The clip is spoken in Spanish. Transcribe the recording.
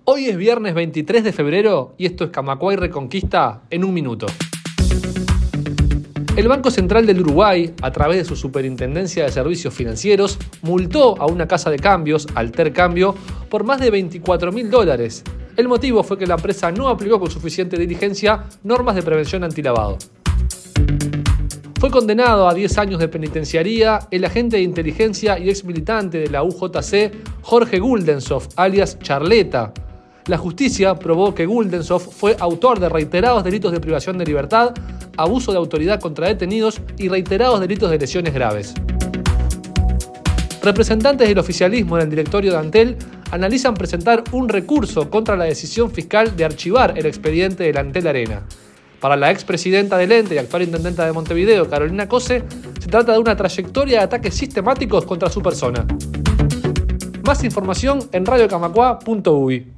Hoy es viernes 23 de febrero y esto es Camacuay Reconquista en un minuto. El Banco Central del Uruguay, a través de su Superintendencia de Servicios Financieros, multó a una casa de cambios, Alter Cambio, por más de $24.000. El motivo fue que la empresa no aplicó con suficiente diligencia normas de prevención antilavado. Fue condenado a 10 años de penitenciaría el agente de inteligencia y ex militante de la UJC, Jorge Guldensov, alias Charleta. La justicia probó que Guldensov fue autor de reiterados delitos de privación de libertad, abuso de autoridad contra detenidos y reiterados delitos de lesiones graves. Representantes del oficialismo en el directorio de Antel analizan presentar un recurso contra la decisión fiscal de archivar el expediente de la Antel Arena. Para la expresidenta del ente y actual intendenta de Montevideo, Carolina Cose, se trata de una trayectoria de ataques sistemáticos contra su persona. Más información en radiocamacua.uy.